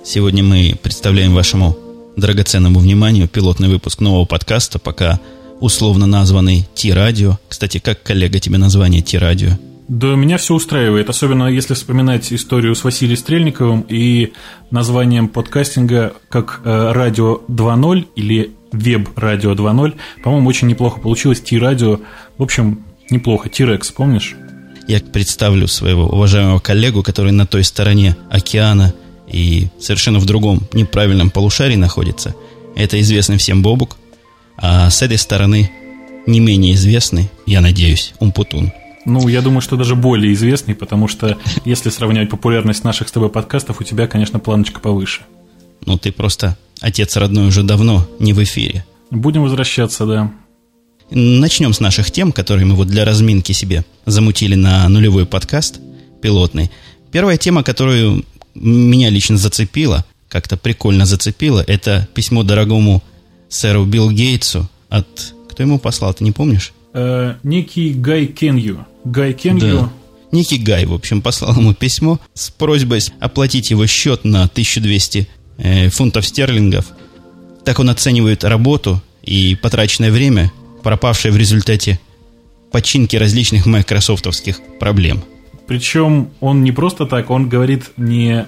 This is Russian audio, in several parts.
Сегодня мы представляем вашему драгоценному вниманию пилотный выпуск нового подкаста, пока условно названный Ти-радио. Кстати, как, коллега, тебе название Ти-радио? Да, меня все устраивает, особенно если вспоминать историю с Василием Стрельниковым и названием подкастинга как «Радио 2.0» или «Веб-радио 2.0». По-моему, очень неплохо получилось. Ти-радио, в общем, неплохо. Ти-рекс, помнишь? Я представлю своего уважаемого коллегу, который на той стороне океана и совершенно в другом неправильном полушарии находится. Это известный всем Бобук, а с этой стороны не менее известный, я надеюсь, Умпутун. Ну, я думаю, что даже более известный, потому что если сравнивать популярность наших с тобой подкастов, у тебя, конечно, планочка повыше. Ну, ты просто отец родной уже давно не в эфире. Будем возвращаться, да. Начнем с наших тем, которые мы вот для разминки себе замутили на нулевой подкаст пилотный. Первая тема, которую меня лично зацепила, как-то прикольно зацепила, это письмо дорогому сэру Биллу Гейтсу от... Кто ему послал, ты не помнишь? Некий Гай Кенью. Гай Кенью. Да. Некий Гай, в общем, послал ему письмо с просьбой оплатить его счет на 1200 фунтов стерлингов. Так он оценивает работу и потраченное время, пропавшее в результате починки различных майкрософтовских проблем. Причем он не просто так, он говорит не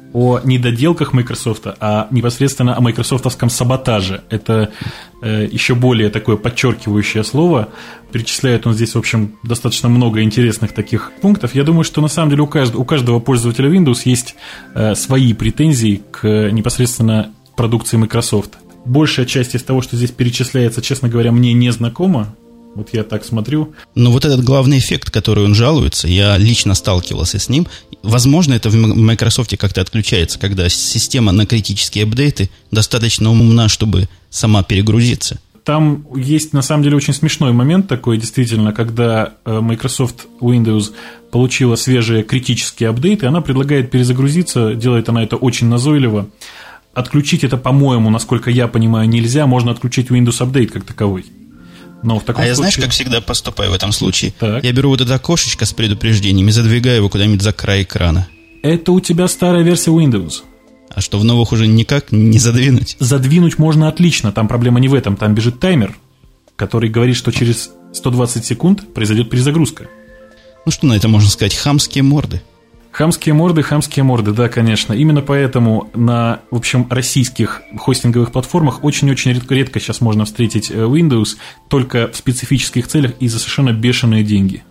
о недоделках Microsoft, а непосредственно о майкрософтовском саботаже. Это еще более такое подчеркивающее слово. Перечисляет он здесь, в общем, достаточно много интересных таких пунктов. Я думаю, что на самом деле у каждого пользователя Windows есть свои претензии к непосредственно продукции Microsoft. Большая часть из того, что здесь перечисляется, честно говоря, мне не знакома. Вот я так смотрю. Но вот этот главный эффект, который он жалуется, я лично сталкивался с ним. Возможно, это в Microsoft как-то отключается, когда система на критические апдейты достаточно умна, чтобы сама перегрузиться. Там есть, на самом деле, очень смешной момент такой, действительно, когда Microsoft Windows получила свежие критические апдейты, она предлагает перезагрузиться, делает она это очень назойливо. Отключить это, по-моему, насколько я понимаю, нельзя, можно отключить Windows Update как таковой. Но в таком случае... знаешь, как всегда поступаю в этом случае? Так. Я беру вот это окошечко с предупреждением и задвигаю его куда-нибудь за край экрана. Это у тебя старая версия Windows. А что, в новых уже никак не задвинуть? Задвинуть можно отлично, там проблема не в этом. Там бежит таймер, который говорит, что через 120 секунд произойдет перезагрузка. Ну что на это можно сказать? Хамские морды. Хамские морды, да, конечно. Именно поэтому на, в общем, российских хостинговых платформах очень-очень редко сейчас можно встретить Windows только в специфических целях и за совершенно бешеные деньги.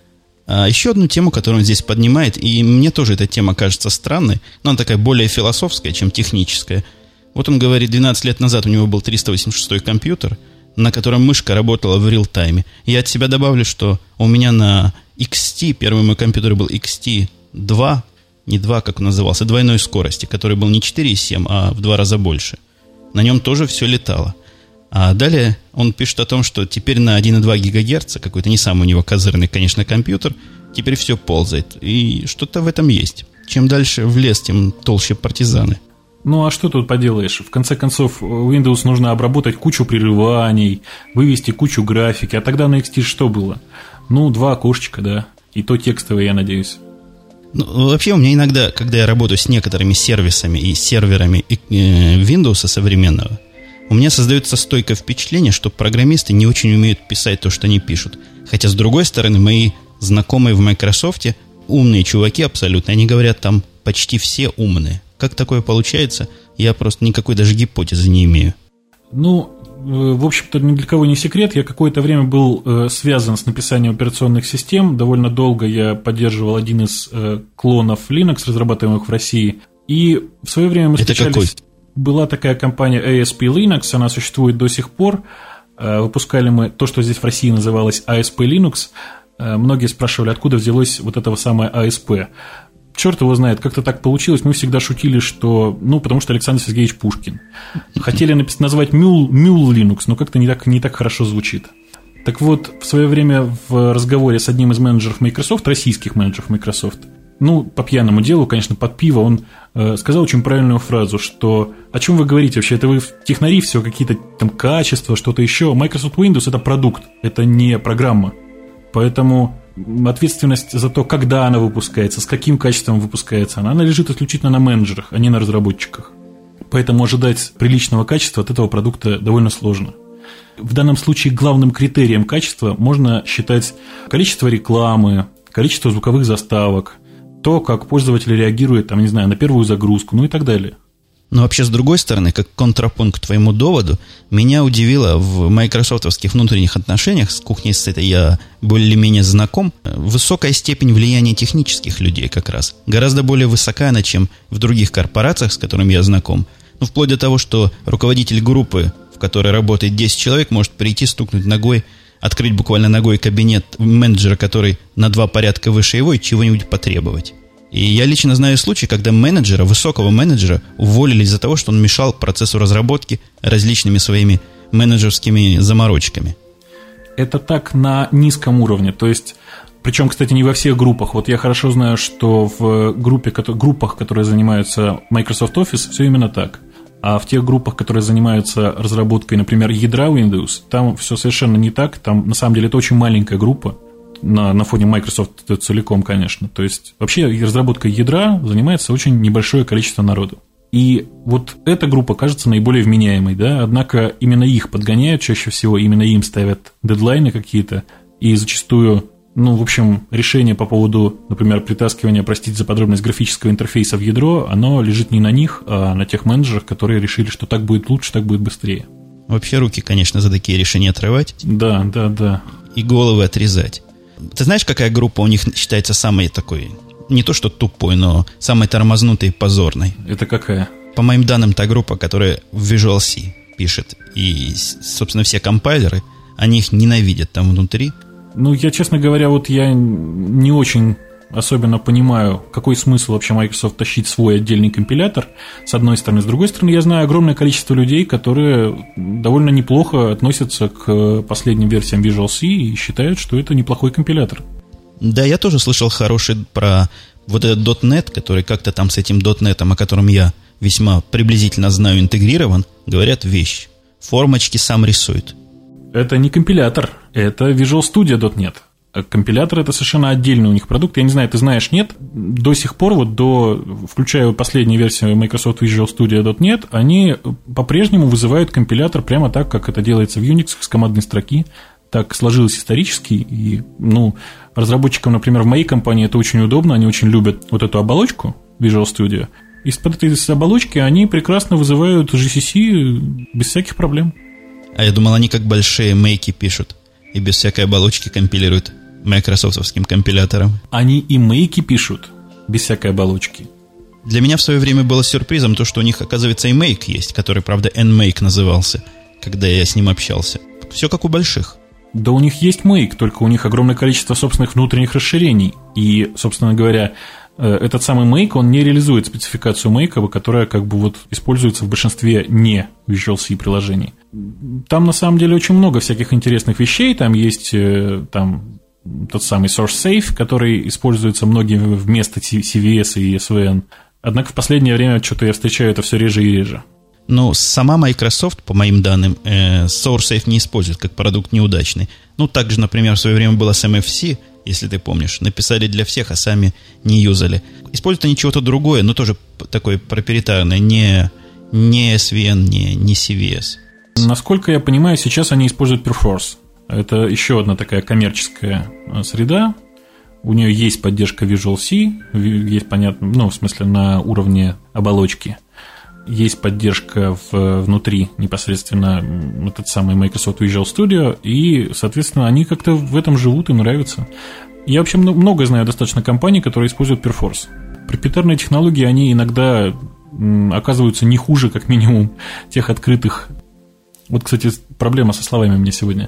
Еще одну тему, которую он здесь поднимает, и мне тоже эта тема кажется странной, но она такая более философская, чем техническая. Вот он говорит, 12 лет назад у него был 386 компьютер, на котором мышка работала в реал-тайме. Я от себя добавлю, что у меня на XT, первый мой компьютер был XT 2, не 2, как он назывался, двойной скорости, который был не 4,7, а в 2 раза больше. На нем тоже все летало. А далее он пишет о том, что теперь на 1,2 ГГц, какой-то не самый у него козырный, конечно, компьютер, теперь все ползает. И что-то в этом есть. Чем дальше в лес, тем толще партизаны. Ну, а что тут поделаешь? В конце концов, Windows нужно обработать кучу прерываний, вывести кучу графики. А тогда на XT что было? Ну, 2 окошечка, да. И то текстовые, я надеюсь. Ну, вообще у меня иногда, когда я работаю с некоторыми сервисами и серверами Windows современного, у меня создается стойкое впечатление, что программисты не очень умеют писать то, что они пишут. Хотя, с другой стороны, мои знакомые в Microsoft умные чуваки абсолютно, они говорят, там почти все умные. Как такое получается, я просто никакой даже гипотезы не имею. Ну, в общем-то, ни для кого не секрет. Я какое-то время был связан с написанием операционных систем. Довольно долго я поддерживал один из клонов Linux, разрабатываемых в России. И в свое время мы встречались... Это какой? Была такая компания ASP Linux, она существует до сих пор. Выпускали мы то, что здесь в России называлось ASP Linux. Многие спрашивали, откуда взялось вот этого самое ASP. Черт его знает, как-то так получилось. Мы всегда шутили, что... Ну, потому что Александр Сергеевич Пушкин. Хотели назвать Mule Linux, но как-то не так хорошо звучит. Так вот, в свое время в разговоре с одним из менеджеров Microsoft, российских менеджеров Microsoft, ну, по пьяному делу, конечно, под пиво, он сказал очень правильную фразу, что о чем вы говорите вообще, это вы технари, все какие-то там качества, что-то еще. Microsoft Windows – это продукт, это не программа. Поэтому ответственность за то, когда она выпускается, с каким качеством выпускается она лежит исключительно на менеджерах, а не на разработчиках. Поэтому ожидать приличного качества от этого продукта довольно сложно. В данном случае главным критерием качества можно считать количество рекламы, количество звуковых заставок, то, как пользователь реагирует, там, не знаю, на первую загрузку, ну и так далее. Но вообще, с другой стороны, как контрапункт к твоему доводу, меня удивило в майкрософтовских внутренних отношениях, с кухней с этой я более-менее знаком, высокая степень влияния технических людей как раз. Гораздо более высока она, чем в других корпорациях, с которыми я знаком. Ну, вплоть до того, что руководитель группы, в которой работает 10 человек, может прийти, стукнуть ногой, открыть буквально ногой кабинет менеджера, который на 2 порядка выше его, и чего-нибудь потребовать. И я лично знаю случай, когда менеджера, высокого менеджера, уволили из-за того, что он мешал процессу разработки различными своими менеджерскими заморочками. Это так на низком уровне, то есть, причем, кстати, не во всех группах. Вот я хорошо знаю, что в группах, которые занимаются Microsoft Office, все именно так. А в тех группах, которые занимаются разработкой, например, ядра Windows, там все совершенно не так. Там, на самом деле, это очень маленькая группа. На фоне Microsoft целиком, конечно. То есть, вообще, разработкой ядра занимается очень небольшое количество народу. И вот эта группа кажется наиболее вменяемой, да, однако именно их подгоняют чаще всего, именно им ставят дедлайны какие-то, и зачастую, ну, в общем, решение по поводу, например, притаскивания, простите за подробность, графического интерфейса в ядро, оно лежит не на них, а на тех менеджерах, которые решили, что так будет лучше, так будет быстрее. Вообще руки, конечно, за такие решения отрывать. Да. И головы отрезать. Ты знаешь, какая группа у них считается самой такой, не то что тупой, но самой тормознутой и позорной? Это какая? По моим данным, та группа, которая в Visual C пишет. И, собственно, все компайлеры, они их ненавидят там внутри. Ну, я, честно говоря, вот я не очень особенно понимаю, какой смысл вообще Microsoft тащить свой отдельный компилятор, с одной стороны. С другой стороны, я знаю огромное количество людей, которые довольно неплохо относятся к последним версиям Visual C и считают, что это неплохой компилятор. Да, я тоже слышал хороший про вот этот .NET, который как-то там с этим .NET, о котором я весьма приблизительно знаю, интегрирован, говорят вещь. Формочки сам рисует. Это не компилятор, это Visual Studio .NET. Компилятор – это совершенно отдельный у них продукт. Я не знаю, ты знаешь, нет? До сих пор, включая последнюю версию Microsoft Visual Studio .NET, они по-прежнему вызывают компилятор прямо так, как это делается в Unix с командной строки. Так сложилось исторически. И, разработчикам, например, в моей компании это очень удобно. Они очень любят вот эту оболочку Visual Studio. Из-под этой оболочки они прекрасно вызывают GCC без всяких проблем. А я думал, они как большие мейки пишут и без всякой оболочки компилируют майкрософтовским компилятором. Они и мейки пишут без всякой оболочки. Для меня в свое время было сюрпризом то, что у них, оказывается, и мейк есть, который, правда, NMake назывался, когда я с ним общался. Все как у больших. Да у них есть мейк, только у них огромное количество собственных внутренних расширений. И, собственно говоря, этот самый Make, он не реализует спецификацию Make, которая используется в большинстве не Visual C приложений. Там на самом деле очень много всяких интересных вещей. Там есть тот самый Source Safe, который используется многими вместо CVS и SVN. Однако в последнее время что-то я встречаю это все реже и реже. Ну, сама Microsoft, по моим данным, Source Safe не использует как продукт неудачный. Ну, также, например, в свое время было с MFC, если ты помнишь. Написали для всех, а сами не юзали. Используют они чего-то другое, но тоже такое проприетарное, не SVN, не CVS. Насколько я понимаю, сейчас они используют Perforce. Это еще одна такая коммерческая среда. У нее есть поддержка Visual C, есть, понятно, в смысле на уровне оболочки. Есть поддержка внутри непосредственно этот самый Microsoft Visual Studio, и, соответственно, они как-то в этом живут, им нравится. Я вообще много знаю достаточно компаний, которые используют Perforce. Проприетарные технологии, они иногда оказываются не хуже, как минимум, тех открытых. Вот, кстати, проблема со словами у меня сегодня.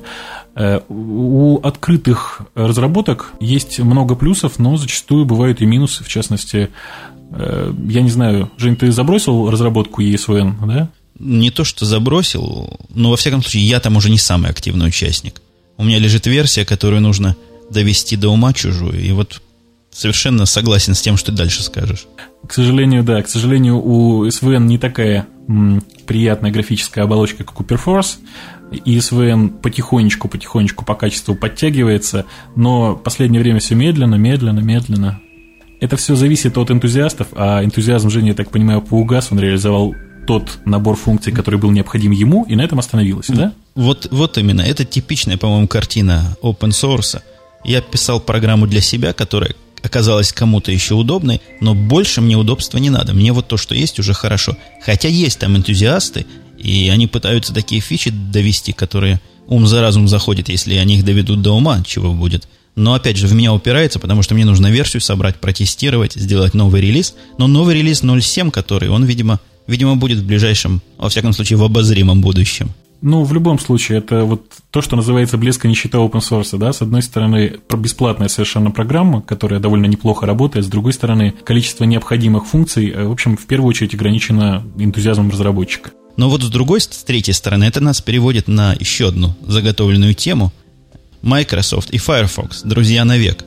У открытых разработок есть много плюсов, но зачастую бывают и минусы, в частности. Я не знаю, Жень, ты забросил разработку ESVN, да? Не то, что забросил, но, во всяком случае, я там уже не самый активный участник. У меня лежит версия, которую нужно довести до ума чужую, и вот совершенно согласен с тем, что ты дальше скажешь. К сожалению, да, у SVN не такая приятная графическая оболочка, как у Perforce. ESVN потихонечку по качеству подтягивается, но в последнее время все медленно. Это все зависит от энтузиастов, а энтузиазм Жени, я так понимаю, поугас, он реализовал тот набор функций, который был необходим ему, и на этом остановилось, да? Вот именно. Это типичная, по-моему, картина open source. Я писал программу для себя, которая оказалась кому-то еще удобной, но больше мне удобства не надо. Мне вот то, что есть, уже хорошо. Хотя есть там энтузиасты, и они пытаются такие фичи довести, которые ум за разум заходят, если они их доведут до ума, чего будет. Но, опять же, в меня упирается, потому что мне нужно версию собрать, протестировать, сделать новый релиз. Но новый релиз 0.7, который, он, видимо, будет в ближайшем, во всяком случае, в обозримом будущем. Ну, в любом случае, это вот то, что называется блеск и нищета open source, да, с одной стороны, бесплатная совершенно программа, которая довольно неплохо работает, с другой стороны, количество необходимых функций, в общем, в первую очередь ограничено энтузиазмом разработчика. Но вот с третьей стороны, это нас переводит на еще одну заготовленную тему. Microsoft и Firefox, друзья навек.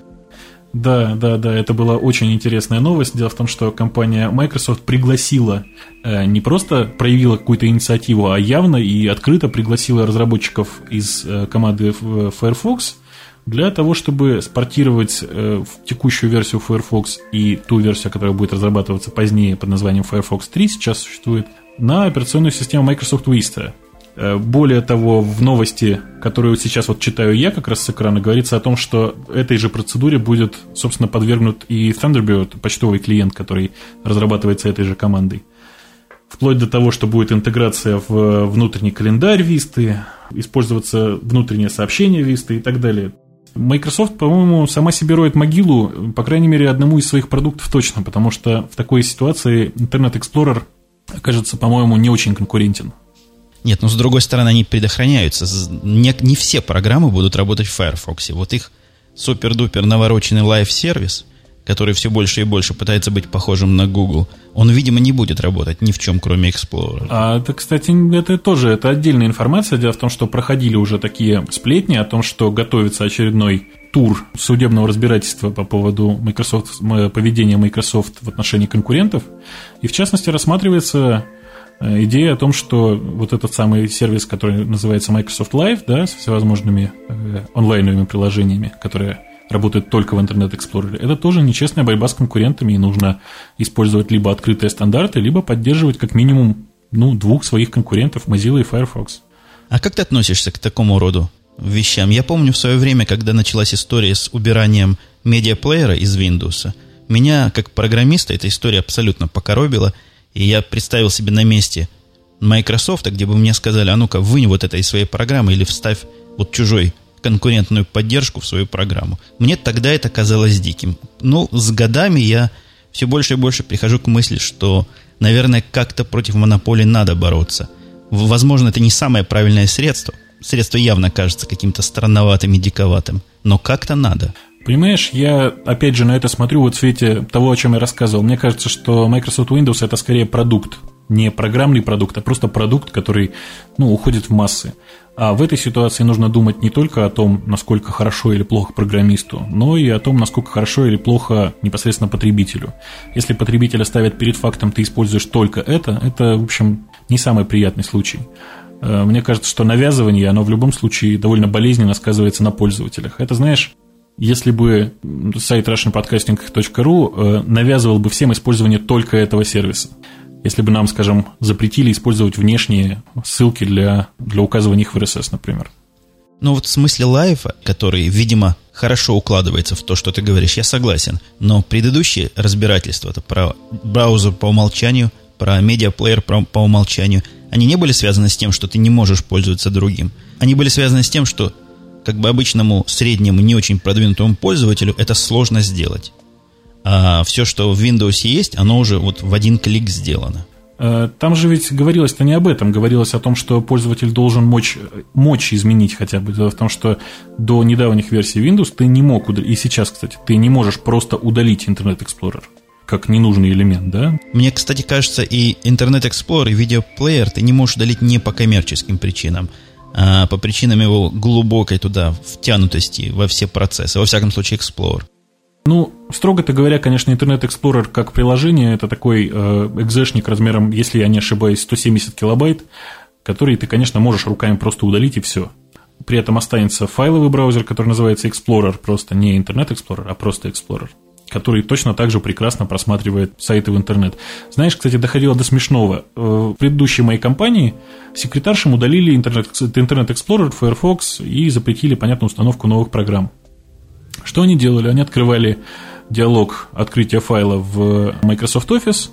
Да, это была очень интересная новость. Дело в том, что компания Microsoft пригласила, не просто проявила какую-то инициативу, а явно и открыто пригласила разработчиков из команды Firefox для того, чтобы спортировать в текущую версию Firefox и ту версию, которая будет разрабатываться позднее под названием Firefox 3, сейчас существует, на операционную систему Microsoft Vista. Более того, в новости, которую сейчас вот читаю я как раз с экрана, говорится о том, что этой же процедуре будет, собственно, подвергнут и Thunderbird, почтовый клиент, который разрабатывается этой же командой. Вплоть до того, что будет интеграция в внутренний календарь Vista, использоваться внутреннее сообщение Vista и так далее. Microsoft, по-моему, сама себе роет могилу, по крайней мере, одному из своих продуктов точно, потому что в такой ситуации Internet Explorer окажется, по-моему, не очень конкурентен. Нет, но с другой стороны, они предохраняются. Не все программы будут работать в Firefox. Вот их супер-дупер навороченный лайв-сервис, который все больше и больше пытается быть похожим на Google, он, видимо, не будет работать ни в чем, кроме Explorer. А это, кстати, это отдельная информация. Дело в том, что проходили уже такие сплетни о том, что готовится очередной тур судебного разбирательства по поводу поведения Microsoft в отношении конкурентов. И, в частности, рассматривается идея о том, что вот этот самый сервис, который называется Microsoft Live, да, с всевозможными онлайновыми приложениями, которые работают только в Internet Explorer, это тоже нечестная борьба с конкурентами, и нужно использовать либо открытые стандарты, либо поддерживать как минимум двух своих конкурентов, Mozilla и Firefox. А как ты относишься к такому роду вещам? Я помню в свое время, когда началась история с убиранием медиаплеера из Windows, меня, как программиста, эта история абсолютно покоробила. И я представил себе на месте Microsoft, где бы мне сказали, а ну-ка, вынь вот это из своей программы или вставь вот чужой конкурентную поддержку в свою программу. Мне тогда это казалось диким. Но с годами я все больше и больше прихожу к мысли, что, наверное, как-то против монополии надо бороться. Возможно, это не самое правильное средство. Средство явно кажется каким-то странноватым и диковатым. Но как-то надо. Понимаешь, я опять же на это смотрю вот в свете того, о чем я рассказывал. Мне кажется, что Microsoft Windows это скорее продукт, не программный продукт, а просто продукт, который уходит в массы. А в этой ситуации нужно думать не только о том, насколько хорошо или плохо программисту, но и о том, насколько хорошо или плохо непосредственно потребителю. Если потребителя ставят перед фактом, ты используешь только это, в общем, не самый приятный случай. Мне кажется, что навязывание, оно в любом случае довольно болезненно сказывается на пользователях. Это, знаешь, если бы сайт russianpodcasting.ru навязывал бы всем использование только этого сервиса, если бы нам, скажем, запретили использовать внешние ссылки для указывания их в RSS, например. Ну вот в смысле лайва, который, видимо, хорошо укладывается в то, что ты говоришь, я согласен. Но предыдущие разбирательства, это про браузер по умолчанию, про медиаплеер по умолчанию, они не были связаны с тем, что ты не можешь пользоваться другим. Они были связаны с тем, что как бы обычному среднему, не очень продвинутому пользователю это сложно сделать. А все, что в Windows есть, оно уже вот в один клик сделано. Там же ведь говорилось-то не об этом. Говорилось о том, что пользователь должен мочь изменить хотя бы. Дело в том, что до недавних версий Windows ты не мог, и сейчас, кстати, ты не можешь просто удалить Internet Explorer как ненужный элемент, да? Мне, кстати, кажется, и Internet Explorer, и видеоплеер ты не можешь удалить не по коммерческим причинам, а по причинам его глубокой туда втянутости во все процессы, во всяком случае Explorer. Строго-то говоря, конечно, Internet Explorer как приложение, это такой экзешник размером, если я не ошибаюсь, 170 килобайт. который ты, конечно, можешь руками просто удалить и все. При этом останется файловый браузер, который называется Explorer, просто не Internet Explorer, а просто Explorer, который точно так же прекрасно просматривает сайты в интернет. Знаешь, кстати, доходило до смешного. В предыдущей моей компании секретаршам удалили Internet Explorer, Firefox и запретили, понятно, установку новых программ. Что они делали? Они открывали диалог открытия файла в Microsoft Office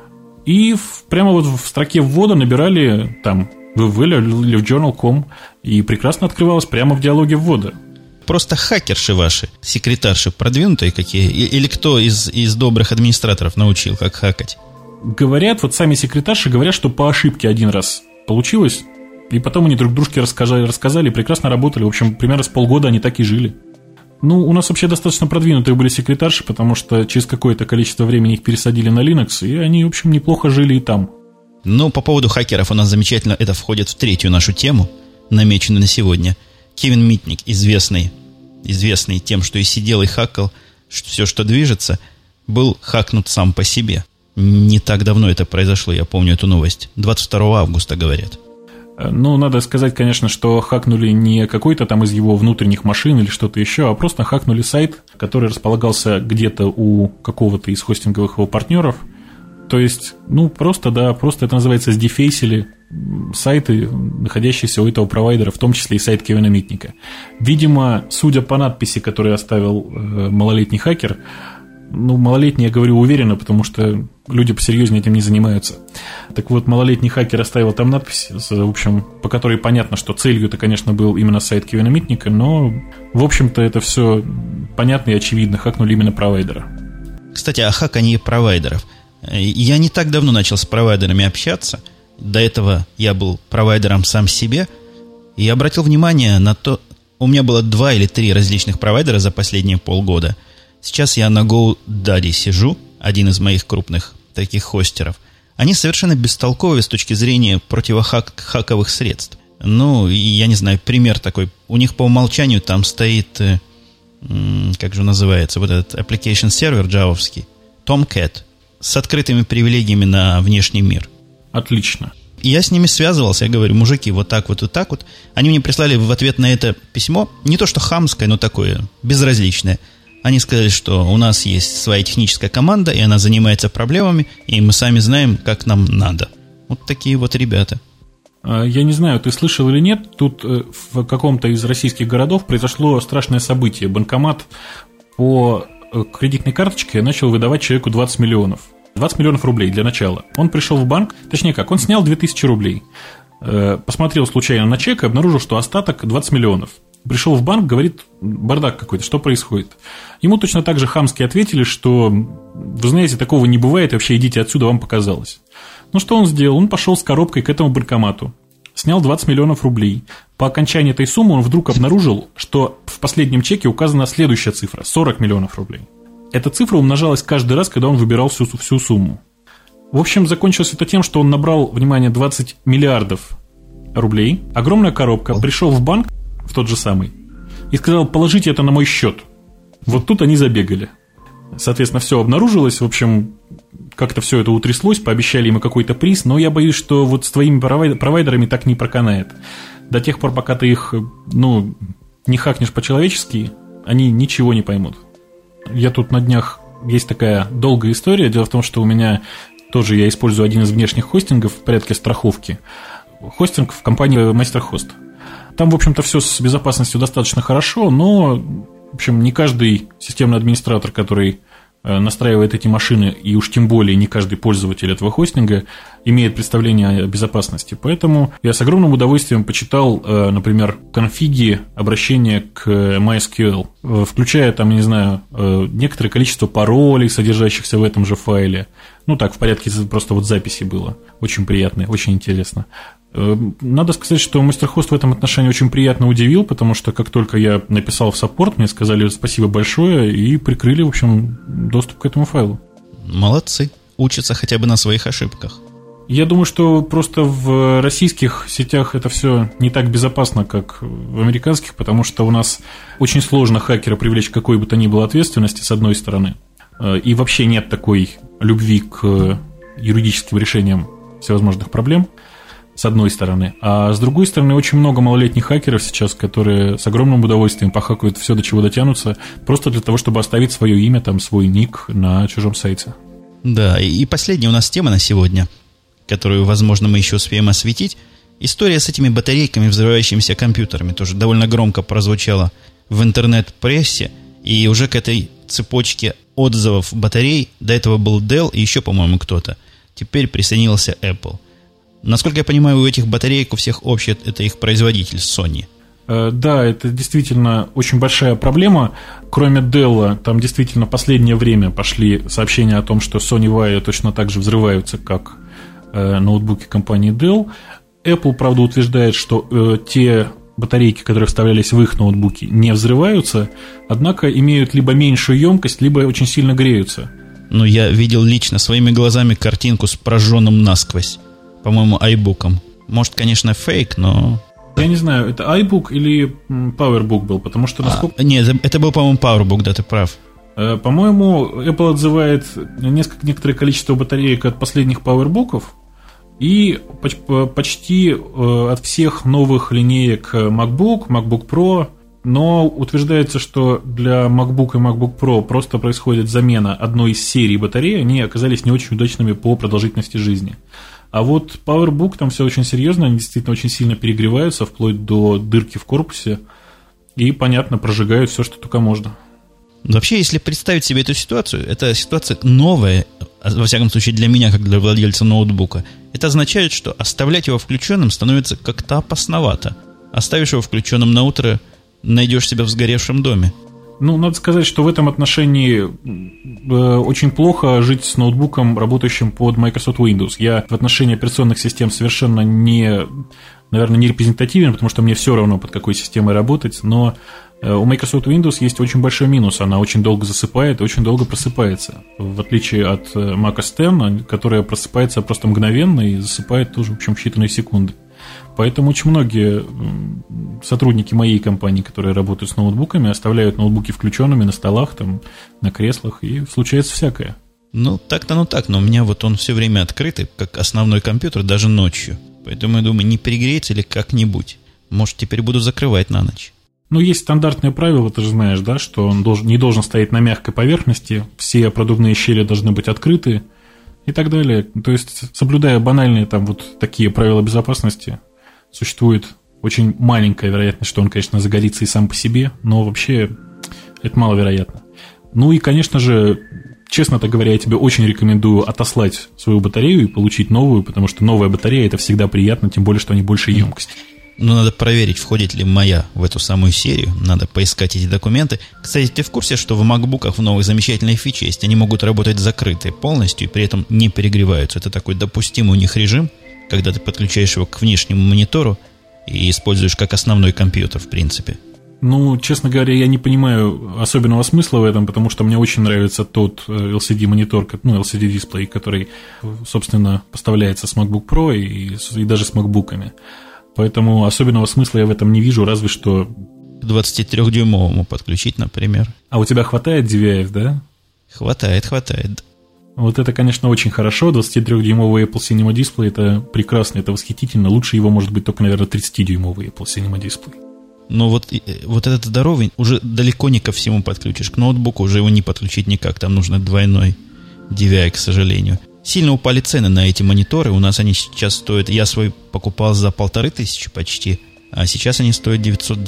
и прямо вот в строке ввода набирали там www или в journal.com, и прекрасно открывалось прямо в диалоге ввода. Просто хакерши ваши, секретарши, продвинутые какие? Или кто из добрых администраторов научил, как хакать? Говорят, вот сами секретарши говорят, что по ошибке один раз получилось, и потом они друг дружке рассказали и прекрасно работали. В общем, примерно с полгода они так и жили. Ну, у нас вообще достаточно продвинутые были секретарши, потому что через какое-то количество времени их пересадили на Linux, и они, в общем, неплохо жили и там. Ну, по поводу хакеров у нас замечательно, это входит в третью нашу тему, намеченную на сегодня. Кевин Митник, известный тем, что и сидел, и хакал, все, что движется, был хакнут сам по себе. Не так давно это произошло, я помню эту новость. 22 августа, говорят. Ну, надо сказать, конечно, что хакнули не какой-то там из его внутренних машин или что-то еще, а просто хакнули сайт, который располагался где-то у какого-то из хостинговых его партнеров. То есть, ну, просто это называется сдефейсили сайты, находящиеся у этого провайдера, в том числе и сайт Кевина Митника. Видимо, судя по надписи, которую оставил малолетний хакер, ну, малолетний я говорю уверенно, потому что люди посерьезнее этим не занимаются. Так вот, малолетний хакер оставил там надпись, в общем, по которой понятно, что целью-то, конечно, был именно сайт Кевина Митника, но, в общем-то, это все понятно и очевидно, хакнули именно провайдера. Кстати, о хаканье провайдеров. Я не так давно начал с провайдерами общаться. До этого я был провайдером сам себе. И обратил внимание на то... У меня было 2 или 3 различных провайдера за последние полгода. Сейчас я на GoDaddy сижу, один из моих крупных таких хостеров. Они совершенно бестолковые с точки зрения противохаковых средств. Ну, я не знаю, пример такой. У них по умолчанию там стоит... как же называется? Вот этот application сервер джавовский. Tomcat. С открытыми привилегиями на внешний мир. Отлично. Я с ними связывался, я говорю, мужики, вот так вот, вот так вот. Они мне прислали в ответ на это письмо, не то что хамское, но такое безразличное. Они сказали, что у нас есть своя техническая команда, и она занимается проблемами, и мы сами знаем, как нам надо. Вот такие вот ребята. Я не знаю, ты слышал или нет, тут в каком-то из российских городов произошло страшное событие. Банкомат по кредитной карточке начал выдавать человеку 20 миллионов. 20 миллионов рублей для начала. Он пришел в банк, точнее как, он снял 2000 рублей. Посмотрел случайно на чек и обнаружил, что остаток 20 миллионов. Пришел в банк, говорит, бардак какой-то, что происходит? Ему точно так же хамски ответили, что, вы знаете, такого не бывает, вообще идите отсюда, вам показалось. Ну что он сделал? Он пошел с коробкой к этому банкомату, снял 20 миллионов рублей. По окончании этой суммы он вдруг обнаружил, что в последнем чеке указана следующая цифра – 40 миллионов рублей. Эта цифра умножалась каждый раз, когда он выбирал всю сумму. В общем, закончилось это тем, что он набрал, внимание, 20 миллиардов рублей, огромная коробка, пришел в банк, в тот же самый, и сказал, положите это на мой счет. Вот тут они забегали. Соответственно, все обнаружилось, в общем, как-то все это утряслось, пообещали ему какой-то приз, но я боюсь, что вот с твоими провайдерами так не проканает. До тех пор, пока ты их, не хакнешь по-человечески, они ничего не поймут. Я тут на днях, есть такая долгая история, дело в том, что у меня тоже я использую один из внешних хостингов в порядке страховки. Хостинг в компании MasterHost. Там, в общем-то, все с безопасностью достаточно хорошо, но, в общем, не каждый системный администратор, который настраивает эти машины, и уж тем более не каждый пользователь этого хостинга имеет представление о безопасности. Поэтому я с огромным удовольствием почитал, например, конфиги обращения к MySQL, включая, там, не знаю, некоторое количество паролей, содержащихся в этом же файле. Ну, так, в порядке просто вот записи было. Очень приятно, очень интересно. Надо сказать, что MasterHost в этом отношении очень приятно удивил, потому что как только я написал в саппорт, мне сказали спасибо большое и прикрыли, в общем, доступ к этому файлу. Молодцы, учатся хотя бы на своих ошибках. Я думаю, что просто в российских сетях это все не так безопасно, как в американских, потому что у нас очень сложно хакера привлечь к какой бы то ни было ответственности, с одной стороны, и вообще нет такой любви к юридическим решениям всевозможных проблем. с одной стороны. А с другой стороны, очень много малолетних хакеров сейчас, которые с огромным удовольствием похакают все, до чего дотянутся, просто для того, чтобы оставить свое имя, там, свой ник на чужом сайте. Да, и последняя у нас тема на сегодня, которую, возможно, мы еще успеем осветить. История с этими батарейками, взрывающимися компьютерами, тоже довольно громко прозвучала в интернет-прессе, и уже к этой цепочке отзывов батарей до этого был Dell и еще, по-моему, кто-то. Теперь присоединился Apple. Насколько я понимаю, у этих батареек у всех общий это их производитель Sony. Да, это действительно очень большая проблема. Кроме Dell, там действительно в последнее время пошли сообщения о том, что Sony Vaio точно так же взрываются, как ноутбуки компании Dell. Apple, правда, утверждает, что те батарейки, которые вставлялись в их ноутбуки, не взрываются, однако имеют либо меньшую емкость, либо очень сильно греются. Ну, я видел лично своими глазами картинку с прожженным насквозь, по-моему, iBook'ом. Может, конечно, фейк, но... Я не знаю, это iBook или PowerBook был, потому что насколько... Нет, это был, по-моему, PowerBook, да, ты прав. По-моему, Apple отзывает некоторое количество батареек от последних PowerBook'ов, и почти от всех новых линеек MacBook, MacBook Pro, но утверждается, что для MacBook и MacBook Pro просто происходит замена одной из серий батарей, они оказались не очень удачными по продолжительности жизни. А вот PowerBook, там все очень серьезно, они действительно очень сильно перегреваются, вплоть до дырки в корпусе, и, понятно, прожигают все, что только можно. Вообще, если представить себе эту ситуацию, это ситуация новая, во всяком случае для меня, как для владельца ноутбука. Это означает, что оставлять его включенным становится как-то опасновато. Оставишь его включенным на утро, найдешь себя в сгоревшем доме. Ну, надо сказать, что в этом отношении очень плохо жить с ноутбуком, работающим под Microsoft Windows. Я в отношении операционных систем совершенно не репрезентативен, потому что мне все равно, под какой системой работать, но у Microsoft Windows есть очень большой минус. Она очень долго засыпает и очень долго просыпается. В отличие от Mac OS X, которая просыпается просто мгновенно и засыпает тоже, в общем, в считанные секунды. Поэтому очень многие сотрудники моей компании, которые работают с ноутбуками, оставляют ноутбуки включенными на столах, там, на креслах, и случается всякое. Ну, так-то, но у меня вот он все время открытый, как основной компьютер, даже ночью. Поэтому я думаю, не перегреется ли как-нибудь. Может, теперь буду закрывать на ночь. Ну, есть стандартное правило, ты же знаешь, да, что он не должен стоять на мягкой поверхности, все продувные щели должны быть открыты и так далее. То есть, соблюдая банальные там вот такие правила безопасности, существует очень маленькая вероятность, что он, конечно, загорится и сам по себе, но вообще это маловероятно. Ну и, конечно же, честно говоря, я тебе очень рекомендую отослать свою батарею и получить новую, потому что новая батарея – это всегда приятно, тем более, что они больше емкости. Ну, надо проверить, входит ли моя в эту самую серию. Надо поискать эти документы. Кстати, ты в курсе, что в MacBook'ах в новых замечательные фичи есть? Они могут работать закрытые полностью и при этом не перегреваются. Это такой допустимый у них режим, когда ты подключаешь его к внешнему монитору и используешь как основной компьютер, в принципе. Ну, честно говоря, я не понимаю особенного смысла в этом, потому что мне очень нравится тот LCD-монитор, ну, LCD-дисплей, который, собственно, поставляется с MacBook Pro и даже с MacBook'ами. Поэтому особенного смысла я в этом не вижу, разве что... К 23-дюймовому подключить, например. А у тебя хватает DVI, да? Хватает. Вот это, конечно, очень хорошо. 23-дюймовый Apple Cinema Display – это прекрасно, это восхитительно. Лучше его может быть только, наверное, 30-дюймовый Apple Cinema Display. Но вот этот здоровый уже далеко не ко всему подключишь. К ноутбуку уже его не подключить никак. Там нужно двойной DVI, к сожалению. Сильно упали цены на эти мониторы. У нас они сейчас стоят... Я свой покупал за 1500 почти, а сейчас они стоят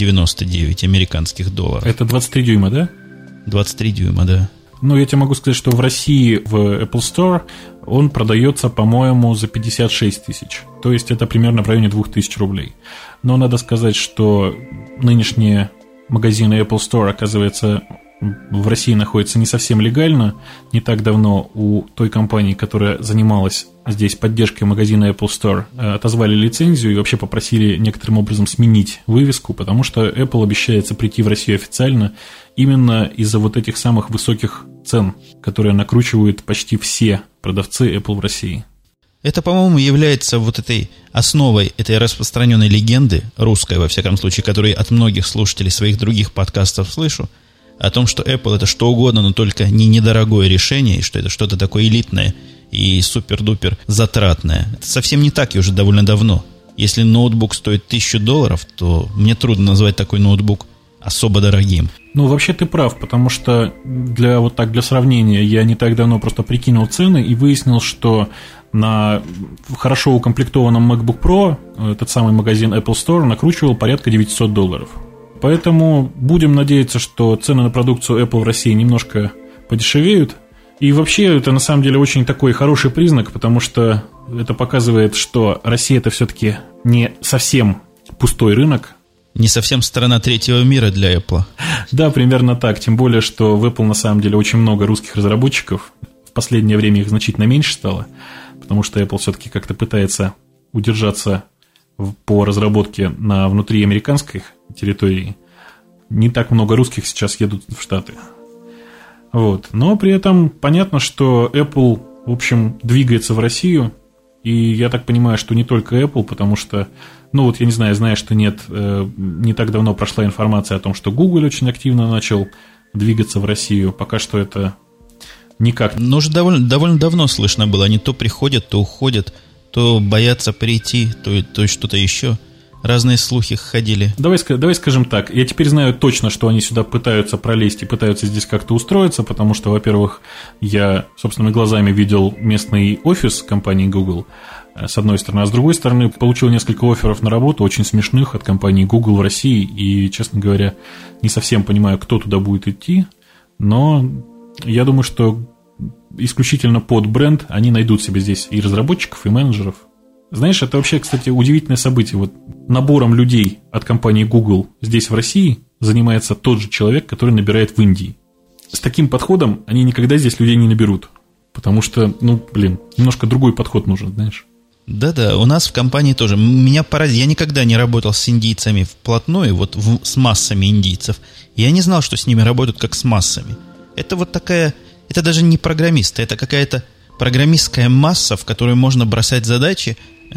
999 американских долларов. Это 23 дюйма, да? 23 дюйма, да. Ну, я тебе могу сказать, что в России в Apple Store он продается, по-моему, за 56 тысяч. То есть это примерно в районе 2000 рублей. Но надо сказать, что нынешние магазины Apple Store, оказывается, в России находятся не совсем легально. Не так давно у той компании, которая занималась здесь поддержкой магазина Apple Store, отозвали лицензию и вообще попросили некоторым образом сменить вывеску, потому что Apple обещается прийти в Россию официально именно из-за вот этих самых высоких цен, которые накручивают почти все продавцы Apple в России. Это, по-моему, является вот этой основой этой распространенной легенды, русской, во всяком случае, которую от многих слушателей своих других подкастов слышу, о том, что Apple это что угодно, но только не недорогое решение, и что это что-то такое элитное и супер-дупер затратное. Это совсем не так и уже довольно давно. Если ноутбук стоит $1000, то мне трудно назвать такой ноутбук особо дорогим. Ну, вообще ты прав, потому что для сравнения я не так давно просто прикинул цены и выяснил, что на хорошо укомплектованном MacBook Pro этот самый магазин Apple Store накручивал порядка $900. Поэтому будем надеяться, что цены на продукцию Apple в России немножко подешевеют. И вообще это на самом деле очень такой хороший признак, потому что это показывает, что Россия это все-таки не совсем пустой рынок. Не совсем страна третьего мира для Apple. Да, примерно так. Тем более, что в Apple на самом деле очень много русских разработчиков. В последнее время их значительно меньше стало, потому что Apple все-таки как-то пытается удержаться по разработке на внутри американской территории. Не так много русских сейчас едут в Штаты. Вот. Но при этом понятно, что Apple, в общем, двигается в Россию. И я так понимаю, что не только Apple, потому что, ну вот я не знаю, знаешь, что нет, не так давно прошла информация о том, что Google очень активно начал двигаться в Россию. Пока что это никак. Но уже довольно давно слышно было. Они то приходят, то уходят, то боятся прийти, то что-то еще. Разные слухи ходили. Давай скажем так. Я теперь знаю точно, что они сюда пытаются пролезть и пытаются здесь как-то устроиться, потому что, во-первых, я собственными глазами видел местный офис компании Google, с одной стороны, а с другой стороны, получил несколько офферов на работу, очень смешных, от компании Google в России, и, честно говоря, не совсем понимаю, кто туда будет идти, но я думаю, что исключительно под бренд они найдут себе здесь и разработчиков, и менеджеров. Знаешь, это вообще, кстати, удивительное событие. Вот набором людей от компании Google здесь, в России, занимается тот же человек, который набирает в Индии. С таким подходом они никогда здесь людей не наберут. Потому что, немножко другой подход нужен, знаешь. Да-да, у нас в компании тоже. Меня поразило. Я никогда не работал с индийцами вплотную, с массами индийцев. Я не знал, что с ними работают как с массами. Это вот такая... Это даже не программисты, это какая-то программистская масса, в которую можно бросать задачи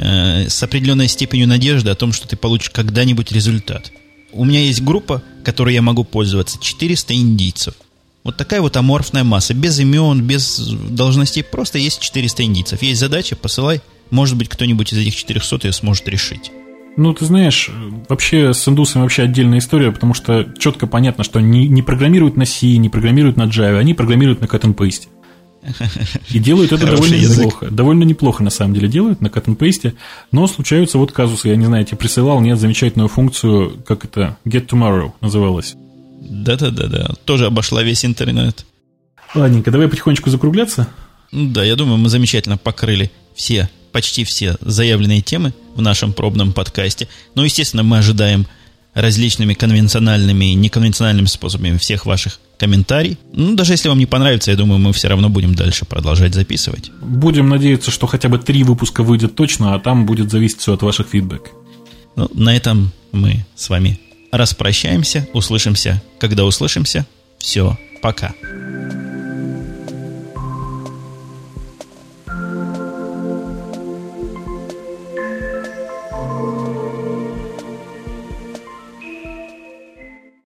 с определенной степенью надежды о том, что ты получишь когда-нибудь результат. У меня есть группа, которой я могу пользоваться, 400 индийцев. Вот такая вот аморфная масса, без имен, без должностей, просто есть 400 индийцев. Есть задача, посылай, может быть, кто-нибудь из этих 400 ее сможет решить. Ну, ты знаешь, вообще с индусами вообще отдельная история, потому что четко понятно, что они не программируют на C, не программируют на Java, они программируют на cut and paste. И делают это довольно неплохо. Довольно неплохо, на самом деле, делают на cut and paste. Но случаются вот казусы. Я не знаю, тебе присылал, нет, замечательную функцию, как это, Get Tomorrow называлась. Да. Тоже обошла весь интернет. Ладненько, давай потихонечку закругляться. Да, я думаю, мы замечательно покрыли почти все заявленные темы в нашем пробном подкасте. Но, естественно, мы ожидаем различными конвенциональными и неконвенциональными способами всех ваших комментариев. Даже если вам не понравится, я думаю, мы все равно будем дальше продолжать записывать. Будем надеяться, что хотя бы 3 выпуска выйдет точно, а там будет зависеть все от ваших фидбэк. На этом мы с вами распрощаемся, услышимся, когда услышимся. Все, пока.